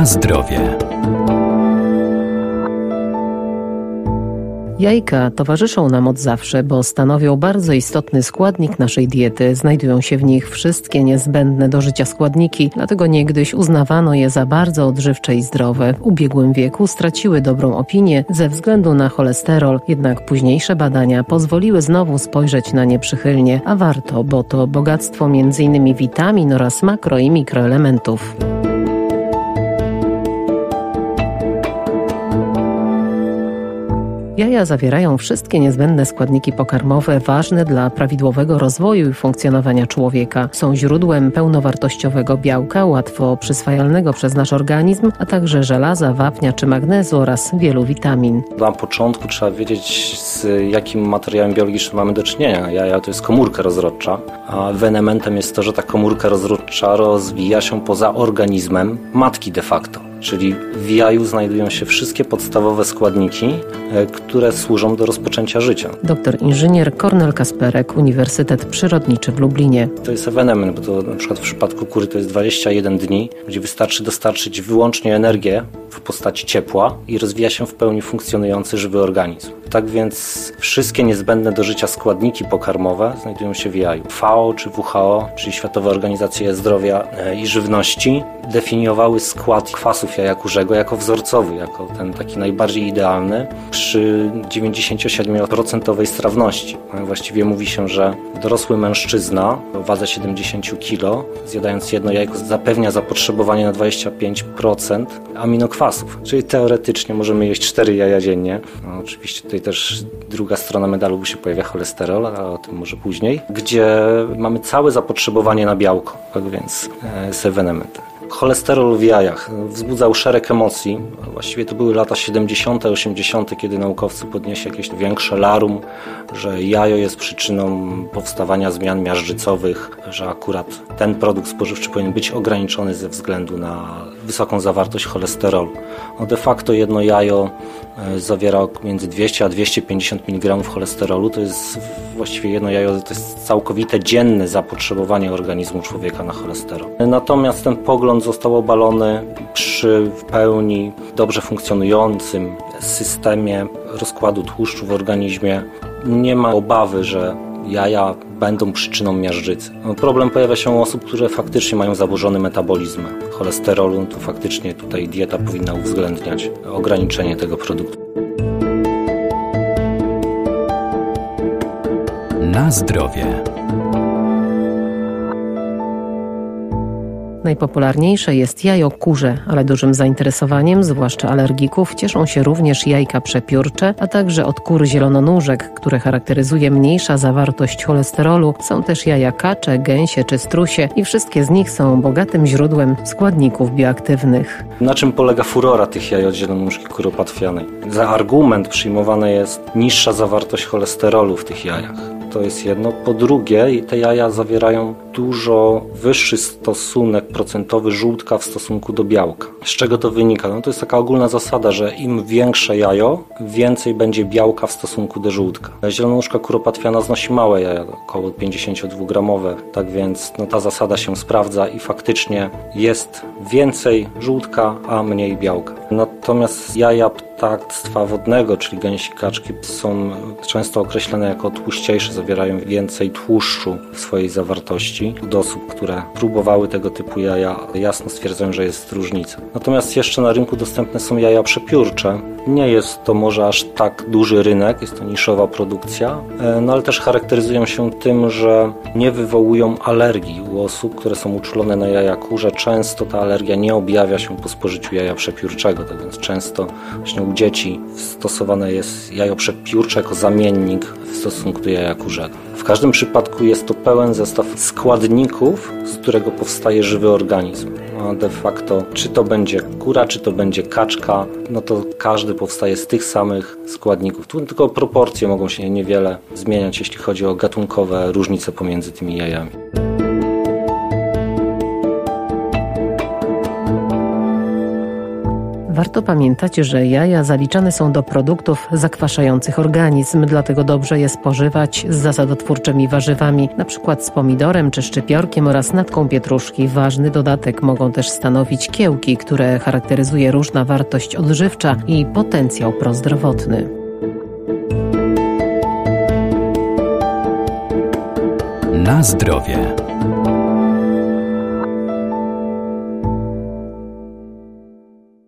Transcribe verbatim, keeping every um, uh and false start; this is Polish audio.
Na zdrowie. Jajka towarzyszą nam od zawsze, bo stanowią bardzo istotny składnik naszej diety. Znajdują się w nich wszystkie niezbędne do życia składniki, dlatego niegdyś uznawano je za bardzo odżywcze i zdrowe. W ubiegłym wieku straciły dobrą opinię ze względu na cholesterol, jednak późniejsze badania pozwoliły znowu spojrzeć na nie przychylnie, a warto, bo to bogactwo między innymi witamin oraz makro i mikroelementów. Jaja zawierają wszystkie niezbędne składniki pokarmowe ważne dla prawidłowego rozwoju i funkcjonowania człowieka. Są źródłem pełnowartościowego białka, łatwo przyswajalnego przez nasz organizm, a także żelaza, wapnia czy magnezu oraz wielu witamin. Na początku trzeba wiedzieć, z jakim materiałem biologicznym mamy do czynienia. Jaja to jest komórka rozrodcza, a ewenementem jest to, że ta komórka rozrodcza rozwija się poza organizmem matki de facto. Czyli w jaju znajdują się wszystkie podstawowe składniki, które służą do rozpoczęcia życia. Doktor inżynier Kornel Kasperek, Uniwersytet Przyrodniczy w Lublinie. To jest ewenement, bo to na przykład w przypadku kury to jest dwadzieścia jeden dni, gdzie wystarczy dostarczyć wyłącznie energię w postaci ciepła i rozwija się w pełni funkcjonujący żywy organizm. Tak więc wszystkie niezbędne do życia składniki pokarmowe znajdują się w jaju. F A O czy W H O, czyli Światowa Organizacja Zdrowia i Żywności, definiowały skład kwasów jaja kurzego jako wzorcowy, jako ten taki najbardziej idealny przy dziewięćdziesięciosiedmioprocentowej strawności. Właściwie mówi się, że dorosły mężczyzna o wadze siedemdziesiąt kilo, zjadając jedno jajko, zapewnia zapotrzebowanie na dwadzieścia pięć procent aminokwasów. Czyli teoretycznie możemy jeść cztery jaja dziennie. No, oczywiście tutaj też druga strona medalu, bo się pojawia cholesterol, ale o tym może później, gdzie mamy całe zapotrzebowanie na białko, tak więc jest ewenement. Cholesterol w jajach wzbudzał szereg emocji. Właściwie to były lata siedemdziesiąte, osiemdziesiąte, kiedy naukowcy podnieśli jakieś większe larum, że jajo jest przyczyną powstawania zmian miażdżycowych, że akurat ten produkt spożywczy powinien być ograniczony ze względu na wysoką zawartość cholesterolu. No de facto jedno jajo zawiera między dwieście a dwieście pięćdziesiąt miligramów cholesterolu. To jest właściwie jedno jajo, to jest całkowite dzienne zapotrzebowanie organizmu człowieka na cholesterol. Natomiast ten pogląd został obalony przy w pełni dobrze funkcjonującym systemie rozkładu tłuszczu w organizmie. Nie ma obawy, że jaja będą przyczyną miażdżycy. No, problem pojawia się u osób, które faktycznie mają zaburzony metabolizm cholesterolu. To faktycznie tutaj dieta powinna uwzględniać ograniczenie tego produktu. Na zdrowie. Najpopularniejsze jest jajo kurze, ale dużym zainteresowaniem, zwłaszcza alergików, cieszą się również jajka przepiórcze, a także od kur zielononóżek, które charakteryzuje mniejsza zawartość cholesterolu. Są też jaja kacze, gęsie czy strusie i wszystkie z nich są bogatym źródłem składników bioaktywnych. Na czym polega furora tych jaj od zielonóżki kuropatwianej? Za argument przyjmowana jest niższa zawartość cholesterolu w tych jajach. To jest jedno. Po drugie, te jaja zawierają dużo wyższy stosunek procentowy żółtka w stosunku do białka. Z czego to wynika? No to jest taka ogólna zasada, że im większe jajo, więcej będzie białka w stosunku do żółtka. Zielonóżka kuropatwiana znosi małe jaja, około pięćdziesięciodwugramowe, tak więc no, ta zasada się sprawdza i faktycznie jest więcej żółtka, a mniej białka. Natomiast jaja ptactwa wodnego, czyli gęsi, kaczki, są często określane jako tłuściejsze, zawierają więcej tłuszczu w swojej zawartości. Od osób, które próbowały tego typu jaja, jasno stwierdzają, że jest różnica. Natomiast jeszcze na rynku dostępne są jaja przepiórcze. Nie jest to może aż tak duży rynek, jest to niszowa produkcja, no ale też charakteryzują się tym, że nie wywołują alergii u osób, które są uczulone na jaja kurze. Często ta alergia nie objawia się po spożyciu jaja przepiórczego, tak więc często właśnie u dzieci stosowane jest jajo przepiórcze jako zamiennik w stosunku do jaja kurzego. W każdym przypadku jest to pełen zestaw składników, z którego powstaje żywy organizm. A de facto, czy to będzie kura, czy to będzie kaczka, no to każdy powstaje z tych samych składników. Tu tylko proporcje mogą się niewiele zmieniać, jeśli chodzi o gatunkowe różnice pomiędzy tymi jajami. Warto pamiętać, że jaja zaliczane są do produktów zakwaszających organizm, dlatego dobrze je spożywać z zasadotwórczymi warzywami, np. z pomidorem czy szczypiorkiem oraz natką pietruszki. Ważny dodatek mogą też stanowić kiełki, które charakteryzuje różna wartość odżywcza i potencjał prozdrowotny. Na zdrowie.